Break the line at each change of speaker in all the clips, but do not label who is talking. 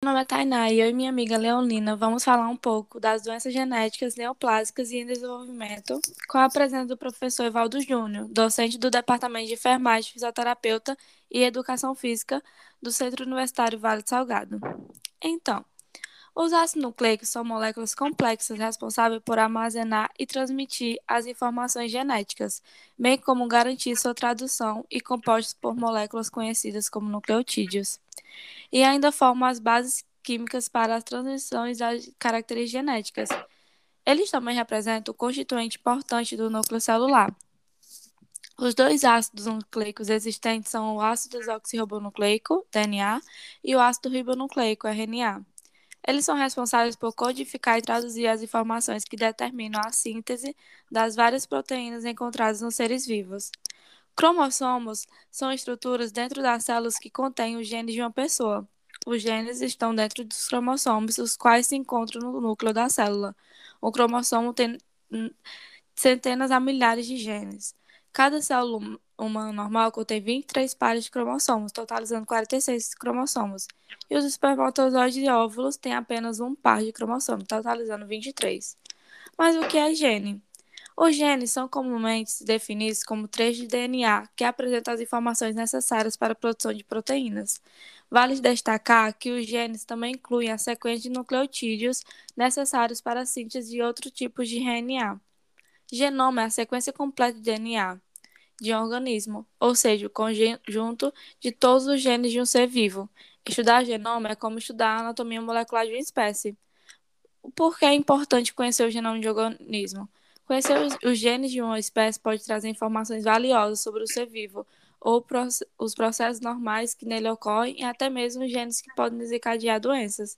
nome é Tainá e eu e minha amiga Leonina vamos falar um pouco das doenças genéticas neoplásicas e em desenvolvimento com a presença do professor Evaldo Júnior, docente do Departamento de Enfermagem, Fisioterapeuta e Educação Física do Centro Universitário Vale do Salgado. Então, os ácidos nucleicos são moléculas complexas responsáveis por armazenar e transmitir as informações genéticas, bem como garantir sua tradução e compostos por moléculas conhecidas como nucleotídeos e ainda formam as bases químicas para as transmissões das características genéticas. Eles também representam o constituinte importante do núcleo celular. Os dois ácidos nucleicos existentes são o ácido desoxirribonucleico, DNA, e o ácido ribonucleico, RNA. Eles são responsáveis por codificar e traduzir as informações que determinam a síntese das várias proteínas encontradas nos seres vivos. Cromossomos são estruturas dentro das células que contêm os genes de uma pessoa. Os genes estão dentro dos cromossomos, os quais se encontram no núcleo da célula. O cromossomo tem centenas a milhares de genes. Cada célula humana normal contém 23 pares de cromossomos, totalizando 46 cromossomos. E os espermatozoides e óvulos têm apenas um par de cromossomos, totalizando 23. Mas o que é gene? Os genes são comumente definidos como trechos de DNA que apresentam as informações necessárias para a produção de proteínas. Vale destacar que os genes também incluem a sequência de nucleotídeos necessários para a síntese de outros tipos de RNA. Genoma é a sequência completa de DNA de um organismo, ou seja, o conjunto de todos os genes de um ser vivo. Estudar genoma é como estudar a anatomia molecular de uma espécie. Por que é importante conhecer o genoma de um organismo? Conhecer os genes de uma espécie pode trazer informações valiosas sobre o ser vivo, ou os processos normais que nele ocorrem, e até mesmo os genes que podem desencadear doenças.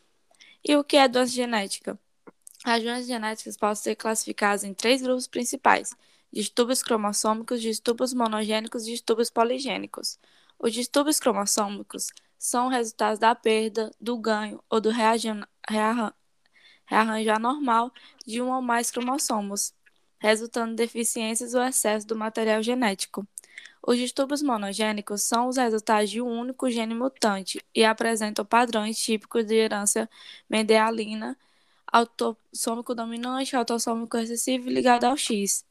E o que é doença genética? As doenças genéticas podem ser classificadas em três grupos principais: distúrbios cromossômicos, distúrbios monogênicos e distúrbios poligênicos. Os distúrbios cromossômicos são resultados da perda, do ganho ou do rearranjo anormal de um ou mais cromossomos, resultando em deficiências ou excesso do material genético. Os distúrbios monogênicos são os resultados de um único gene mutante e apresentam padrões típicos de herança mendeliana, autossômico dominante, autossômico recessivo ligado ao X.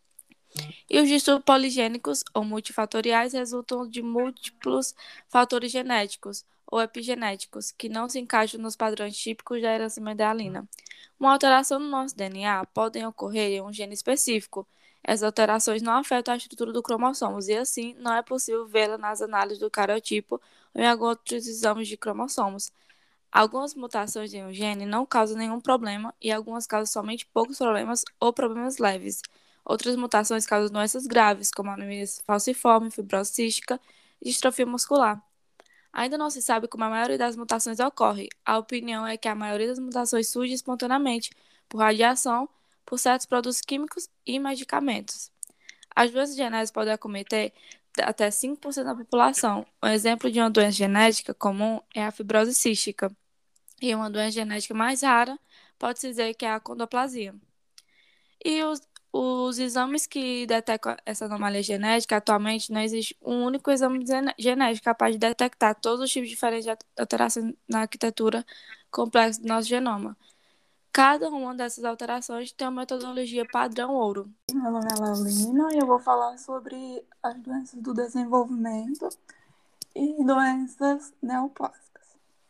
E os distúrbios poligênicos ou multifatoriais resultam de múltiplos fatores genéticos ou epigenéticos que não se encaixam nos padrões típicos da herança mendeliana. Uma alteração no nosso DNA pode ocorrer em um gene específico. Essas alterações não afetam a estrutura do cromossomos e, assim, não é possível vê-la nas análises do cariotipo ou em alguns outros exames de cromossomos. Algumas mutações em um gene não causam nenhum problema e algumas causam somente poucos problemas ou problemas leves. Outras mutações causam doenças graves, como anemia falciforme, fibrose cística e distrofia muscular. Ainda não se sabe como a maioria das mutações ocorre. A opinião é que a maioria das mutações surge espontaneamente por radiação, por certos produtos químicos e medicamentos. As doenças genéticas podem acometer até 5% da população. Um exemplo de uma doença genética comum é a fibrose cística. E uma doença genética mais rara pode-se dizer que é a condoplasia. E os exames que detectam essa anomalia genética, atualmente não existe um único exame genético capaz de detectar todos os tipos diferentes de alterações na arquitetura complexa do nosso genoma. Cada uma dessas alterações tem uma metodologia padrão ouro.
Meu nome é Laurina e eu vou falar sobre as doenças do desenvolvimento e doenças neoplásicas.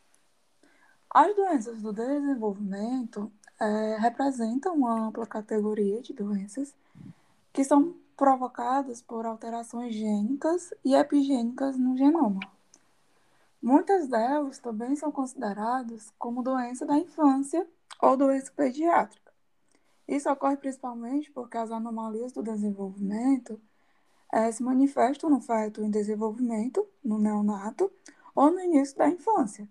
As doenças do desenvolvimento representam uma ampla categoria de doenças que são provocadas por alterações gênicas e epigênicas no genoma. Muitas delas também são consideradas como doença da infância ou doença pediátrica. Isso ocorre principalmente porque as anomalias do desenvolvimento se manifestam no feto em desenvolvimento, no neonato ou no início da infância.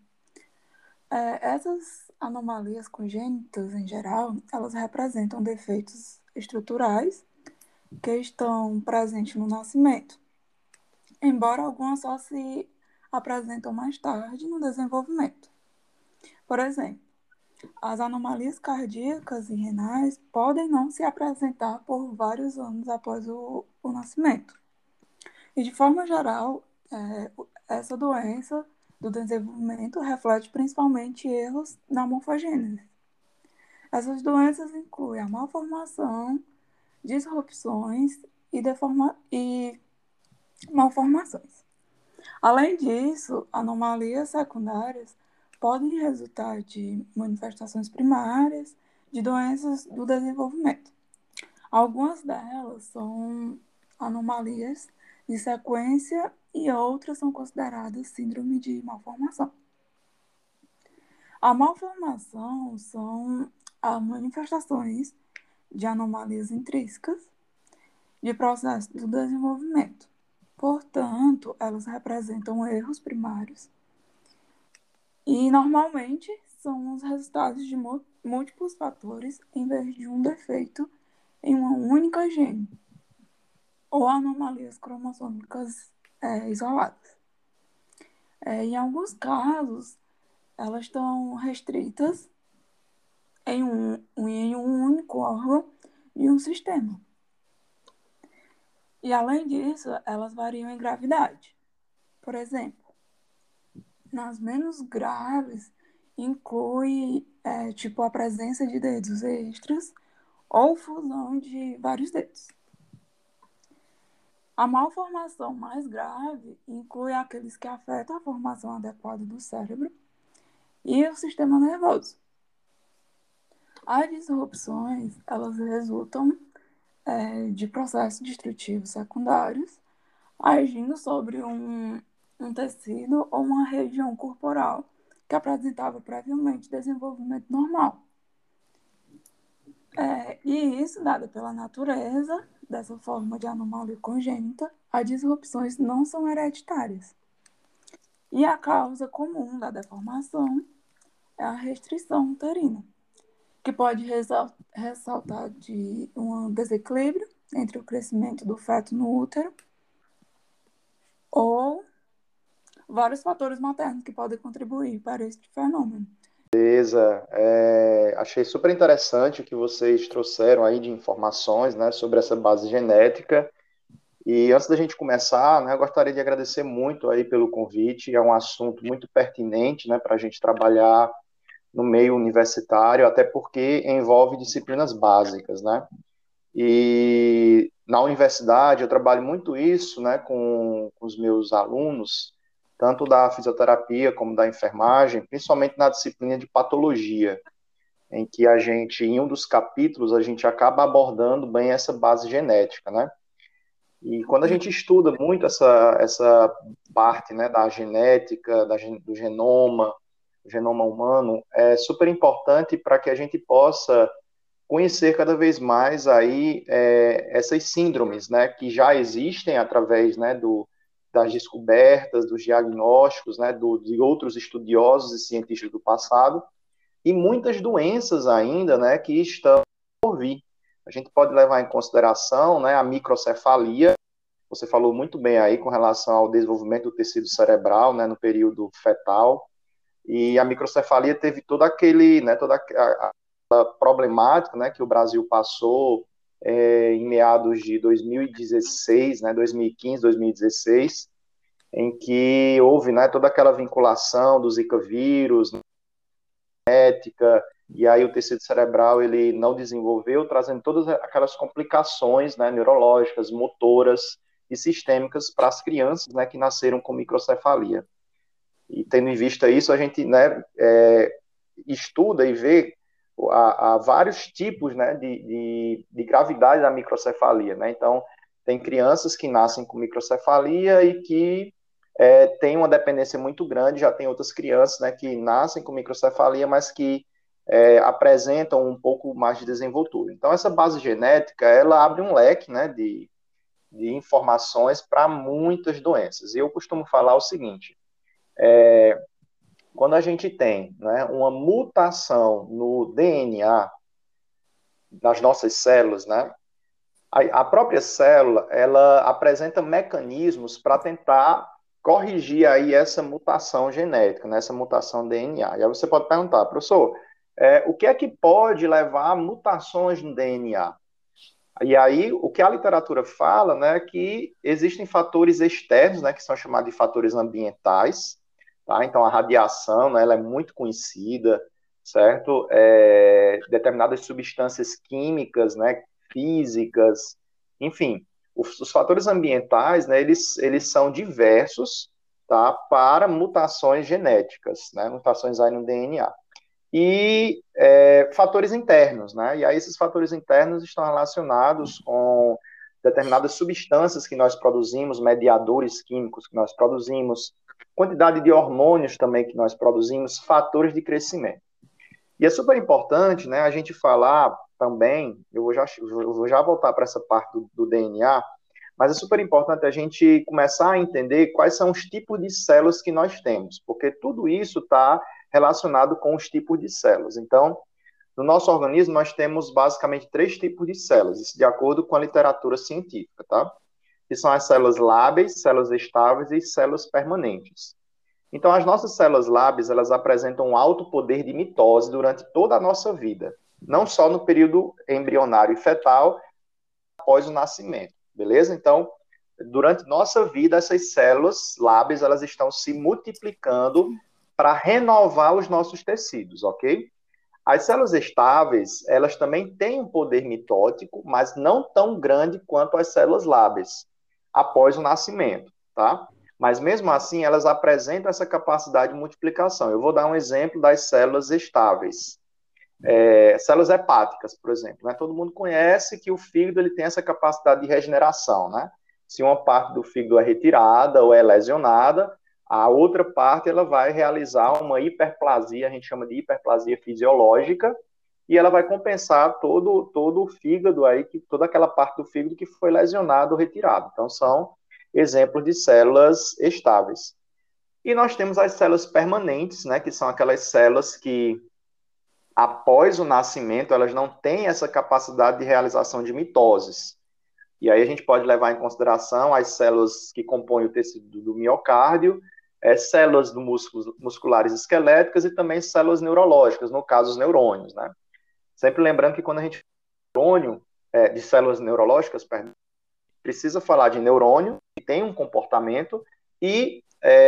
Essas anomalias congênitas, em geral, elas representam defeitos estruturais que estão presentes no nascimento, embora algumas só se apresentam mais tarde no desenvolvimento. Por exemplo, as anomalias cardíacas e renais podem não se apresentar por vários anos após o nascimento. E, de forma geral, essa doença do desenvolvimento reflete principalmente erros na morfogênese. Essas doenças incluem a malformação, disrupções e malformações. Além disso, anomalias secundárias podem resultar de manifestações primárias de doenças do desenvolvimento. Algumas delas são anomalias de sequência e outras são consideradas síndrome de malformação. A malformação são as manifestações de anomalias intrínsecas de processo do desenvolvimento. Portanto, elas representam erros primários e, normalmente, são os resultados de múltiplos fatores em vez de um defeito em uma única gene ou anomalias cromossômicas isoladas. Em alguns casos, elas estão restritas em um único órgão e um sistema. E, além disso, elas variam em gravidade. Por exemplo, nas menos graves, inclui a presença de dedos extras ou fusão de vários dedos. A malformação mais grave inclui aqueles que afetam a formação adequada do cérebro e o sistema nervoso. As disrupções, elas resultam de processos destrutivos secundários agindo sobre um tecido ou uma região corporal que apresentava previamente desenvolvimento normal. E isso, dado pela natureza dessa forma de anomalia congênita, as disrupções não são hereditárias. E a causa comum da deformação é a restrição uterina, que pode ressaltar de um desequilíbrio entre o crescimento do feto no útero ou vários fatores maternos que podem contribuir para este fenômeno.
Beleza, achei super interessante o que vocês trouxeram aí de informações, né, sobre essa base genética. E antes da gente começar, né, eu gostaria de agradecer muito aí pelo convite. É um assunto muito pertinente, né, para a gente trabalhar no meio universitário, até porque envolve disciplinas básicas, né? E na universidade eu trabalho muito isso, né, com os meus alunos, tanto da fisioterapia como da enfermagem, principalmente na disciplina de patologia, em que a gente, em um dos capítulos, a gente acaba abordando bem essa base genética, né? E quando a gente estuda muito essa parte, né, da genética, do genoma humano, é super importante para que a gente possa conhecer cada vez mais aí essas síndromes, né, que já existem através, né, das descobertas, dos diagnósticos, né, de outros estudiosos e cientistas do passado, e muitas doenças ainda, né, que estão por vir. A gente pode levar em consideração, né, a microcefalia. Você falou muito bem aí com relação ao desenvolvimento do tecido cerebral, né, no período fetal, e a microcefalia teve todo aquele, né, toda a problemática, né, que o Brasil passou em meados de 2016, né, 2015, 2016, em que houve, né, toda aquela vinculação do Zika vírus, genética, e aí o tecido cerebral ele não desenvolveu, trazendo todas aquelas complicações, né, neurológicas, motoras e sistêmicas para as crianças, né, que nasceram com microcefalia. E tendo em vista isso, a gente, né, estuda e vê há vários tipos, né, de gravidade da microcefalia, né? Então, tem crianças que nascem com microcefalia e que têm uma dependência muito grande, já tem outras crianças, né, que nascem com microcefalia, mas que apresentam um pouco mais de desenvoltura. Então, essa base genética, ela abre um leque, né, de informações para muitas doenças. E eu costumo falar o seguinte, quando a gente tem, né, uma mutação no DNA das nossas células, né, a própria célula ela apresenta mecanismos para tentar corrigir aí essa mutação genética, né, essa mutação DNA. E aí você pode perguntar, professor, o que é que pode levar a mutações no DNA? E aí, o que a literatura fala, né, é que existem fatores externos, né, que são chamados de fatores ambientais, tá? Então, a radiação, né, ela é muito conhecida, certo? Determinadas substâncias químicas, né, físicas, enfim, os fatores ambientais, né, eles são diversos, tá, para mutações genéticas, né, mutações aí no DNA. E fatores internos, né? E aí esses fatores internos estão relacionados com determinadas substâncias que nós produzimos, mediadores químicos que nós produzimos, quantidade de hormônios também que nós produzimos, fatores de crescimento. E é super importante, né, a gente falar também, eu vou já voltar para essa parte do DNA, mas é super importante a gente começar a entender quais são os tipos de células que nós temos, porque tudo isso está relacionado com os tipos de células. Então, no nosso organismo, nós temos basicamente 3 tipos de células, isso de acordo com a literatura científica, tá? Que são as células lábeis, células estáveis e células permanentes. Então, as nossas células lábeis, elas apresentam um alto poder de mitose durante toda a nossa vida, não só no período embrionário e fetal, após o nascimento, beleza? Então, durante nossa vida, essas células lábeis, elas estão se multiplicando para renovar os nossos tecidos, ok? As células estáveis, elas também têm um poder mitótico, mas não tão grande quanto as células lábeis, após o nascimento, tá? Mas mesmo assim, elas apresentam essa capacidade de multiplicação. Eu vou dar um exemplo das células estáveis. Células hepáticas, por exemplo, né? Todo mundo conhece que o fígado ele tem essa capacidade de regeneração, né? Se uma parte do fígado é retirada ou é lesionada, a outra parte ela vai realizar uma hiperplasia, a gente chama de hiperplasia fisiológica, e ela vai compensar todo o fígado aí, toda aquela parte do fígado que foi lesionado ou retirado. Então, são exemplos de células estáveis. E nós temos as células permanentes, né? Que são aquelas células que após o nascimento, elas não têm essa capacidade de realização de mitoses. E aí a gente pode levar em consideração as células que compõem o tecido do miocárdio, células musculares esqueléticas e também células neurológicas, no caso, os neurônios, né? Sempre lembrando que quando a gente fala de neurônio, de células neurológicas, precisa falar de neurônio, que tem um comportamento, e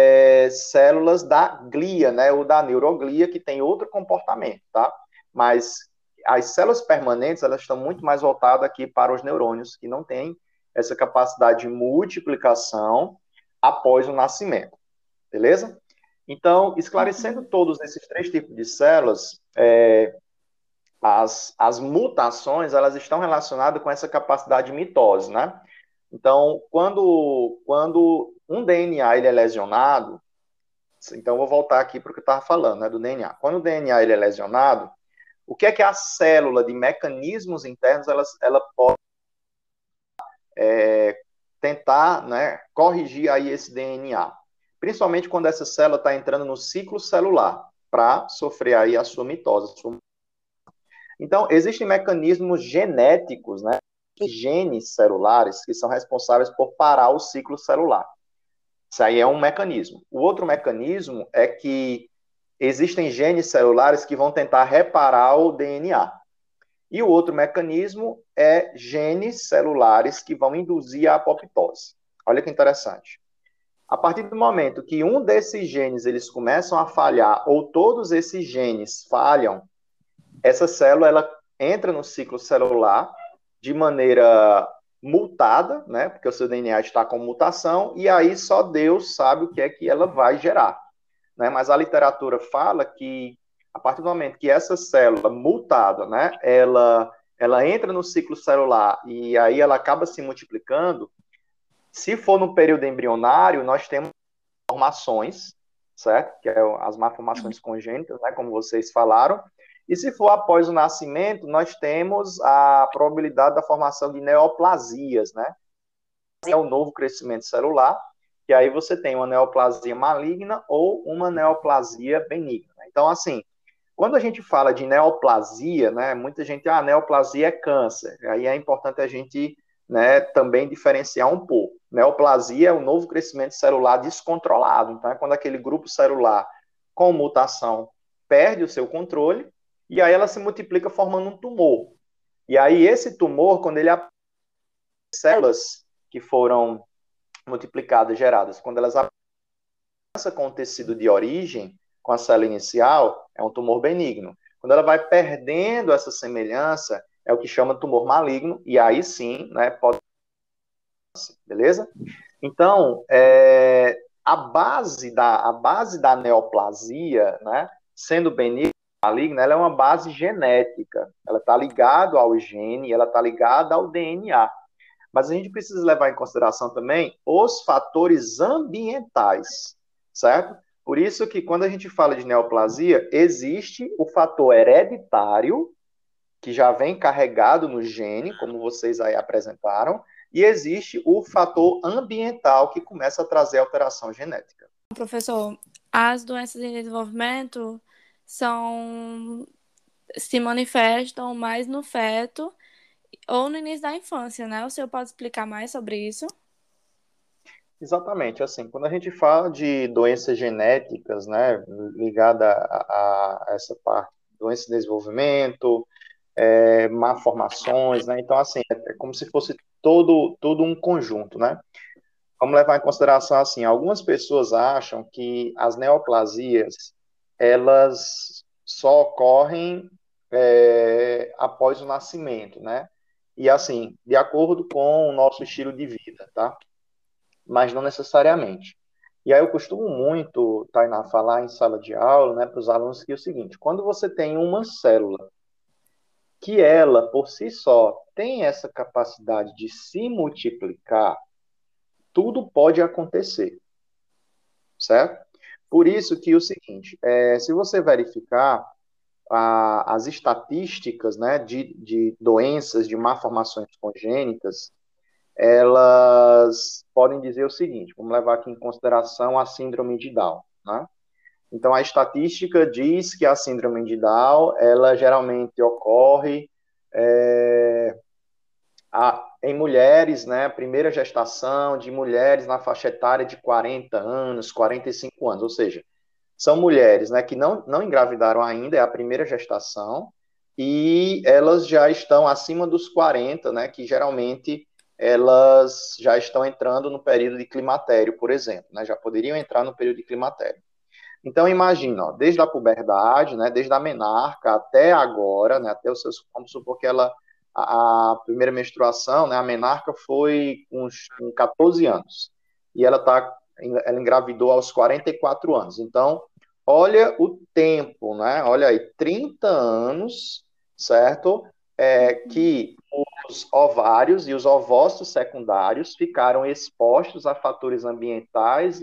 células da glia, né, ou da neuroglia, que tem outro comportamento, tá? Mas as células permanentes, elas estão muito mais voltadas aqui para os neurônios, que não têm essa capacidade de multiplicação após o nascimento, beleza? Então, esclarecendo todos esses 3 tipos de células, as mutações, elas estão relacionadas com essa capacidade de mitose, né? Então, quando um DNA ele é lesionado, então eu vou voltar aqui para o que eu estava falando, né, do DNA. Quando o DNA ele é lesionado, o que é a célula de mecanismos internos ela pode tentar, né, corrigir aí esse DNA? Principalmente quando essa célula está entrando no ciclo celular para sofrer aí a sua mitose. Então, existem mecanismos genéticos, né, genes celulares que são responsáveis por parar o ciclo celular. Isso aí é um mecanismo. O outro mecanismo é que existem genes celulares que vão tentar reparar o DNA. E o outro mecanismo é genes celulares que vão induzir a apoptose. Olha que interessante. A partir do momento que um desses genes eles começam a falhar ou todos esses genes falham, essa célula ela entra no ciclo celular de maneira mutada, né? Porque o seu DNA está com mutação, e aí só Deus sabe o que é que ela vai gerar, né? Mas a literatura fala que a partir do momento que essa célula mutada, né, ela entra no ciclo celular e aí ela acaba se multiplicando, se for no período embrionário, nós temos malformações, certo? Que é as malformações congênitas, né, como vocês falaram. E se for após o nascimento, nós temos a probabilidade da formação de neoplasias, né? É o novo crescimento celular, e aí você tem uma neoplasia maligna ou uma neoplasia benigna. Então, assim, quando a gente fala de neoplasia, né, muita gente, neoplasia é câncer. Aí é importante a gente, né, também diferenciar um pouco. Neoplasia é o novo crescimento celular descontrolado. Então, é quando aquele grupo celular com mutação perde o seu controle, e aí ela se multiplica formando um tumor. E aí esse tumor, quando ele células que foram multiplicadas, geradas, quando elas com o tecido de origem, com a célula inicial, é um tumor benigno. Quando ela vai perdendo essa semelhança, é o que chama de tumor maligno, e aí sim, né, pode... Beleza? Então, a base da neoplasia, né, sendo benigna ou maligna, ela é uma base genética. Ela está ligada ao gene, ela está ligada ao DNA. Mas a gente precisa levar em consideração também os fatores ambientais, certo? Por isso que quando a gente fala de neoplasia, existe o fator hereditário, que já vem carregado no gene, como vocês aí apresentaram, e existe o fator ambiental, que começa a trazer alteração genética.
Professor, as doenças em desenvolvimento se manifestam mais no feto ou no início da infância, né? O senhor pode explicar mais sobre isso?
Exatamente, assim, quando a gente fala de doenças genéticas, né, ligada a essa parte, doença de desenvolvimento, malformações, né, então, assim, é como se fosse todo um conjunto, né. Vamos levar em consideração, assim, algumas pessoas acham que as neoplasias, elas só ocorrem após o nascimento, né, e, assim, de acordo com o nosso estilo de vida, tá? Mas não necessariamente. E aí eu costumo muito, Tainá, falar em sala de aula, né, para os alunos que é o seguinte: quando você tem uma célula que ela, por si só, tem essa capacidade de se multiplicar, tudo pode acontecer, certo? Por isso que é o seguinte, se você verificar as estatísticas, né, de doenças, de malformações congênitas, elas podem dizer o seguinte: vamos levar aqui em consideração a síndrome de Down, né? Então, a estatística diz que a síndrome de Down, ela geralmente ocorre em mulheres, né, primeira gestação de mulheres na faixa etária de 40 anos, 45 anos, ou seja, são mulheres, né, que não engravidaram ainda, é a primeira gestação, e elas já estão acima dos 40, né, que geralmente elas já estão entrando no período de climatério, por exemplo, né, já poderiam entrar no período de climatério. Então, imagina, ó, desde a puberdade, né, desde a menarca até agora, né, até os seus, vamos supor que a primeira menstruação, né, a menarca foi com 14 anos, e ela engravidou aos 44 anos. Então, olha o tempo, né, olha aí, 30 anos, certo? Que os ovários e os ovócitos secundários ficaram expostos a fatores ambientais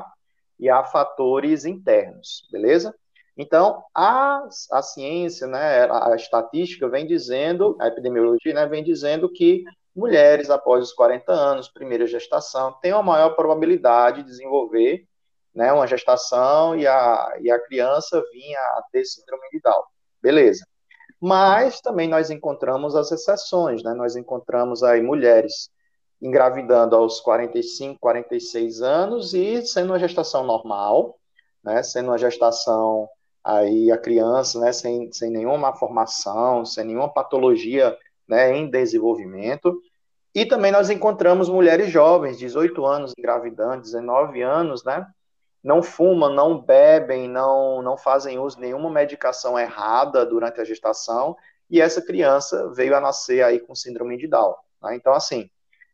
e a fatores internos, beleza? Então, a ciência, né, a estatística vem dizendo, a epidemiologia, né, vem dizendo que mulheres após os 40 anos, primeira gestação, têm uma maior probabilidade de desenvolver, né, uma gestação e a criança vinha a ter síndrome de Down. Beleza. Mas também nós encontramos as exceções, né? Nós encontramos aí mulheres engravidando aos 45, 46 anos e sendo uma gestação normal, né? Sendo uma gestação aí a criança, né? Sem nenhuma malformação, sem nenhuma patologia, né? Em desenvolvimento. E também nós encontramos mulheres jovens, 18 anos engravidando, 19 anos, né? Não fumam, não bebem, não fazem uso de nenhuma medicação errada durante a gestação, e essa criança veio a nascer aí com síndrome de Down. Né? Então, assim,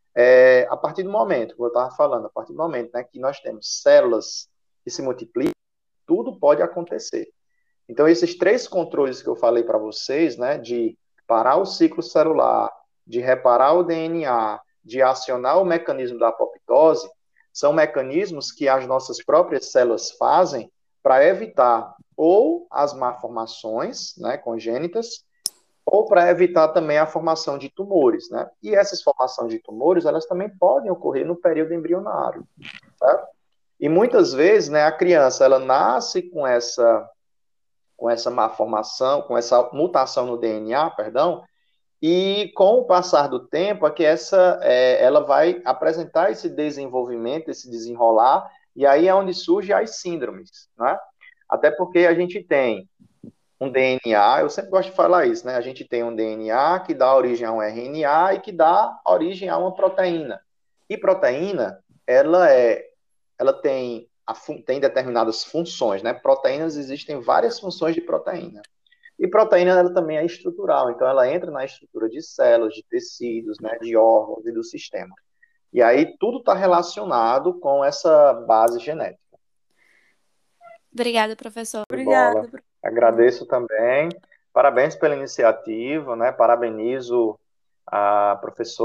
a partir do momento, como eu estava falando, a partir do momento, né, que nós temos células que se multiplicam, tudo pode acontecer. Então, esses três controles que eu falei para vocês, né, de parar o ciclo celular, de reparar o DNA, de acionar o mecanismo da apoptose, são mecanismos que as nossas próprias células fazem para evitar ou as malformações, né, congênitas, ou para evitar também a formação de tumores, né? E essas formações de tumores, elas também podem ocorrer no período embrionário, certo? E muitas vezes, né, a criança, ela nasce com essa malformação, com essa mutação no DNA, perdão, e com o passar do tempo, é que ela vai apresentar esse desenvolvimento, esse desenrolar, e aí é onde surgem as síndromes, né? Até porque a gente tem um DNA, eu sempre gosto de falar isso, né? A gente tem um DNA que dá origem a um RNA e que dá origem a uma proteína. E proteína, ela tem tem determinadas funções, né? Proteínas, existem várias funções de proteína. E proteína, ela também é estrutural, então ela entra na estrutura de células, de tecidos, né, de órgãos e do sistema. E aí tudo está relacionado com essa base genética.
Obrigada, professor.
De bola.
Obrigada.
Agradeço também. Parabéns pela iniciativa, né? Parabenizo a professora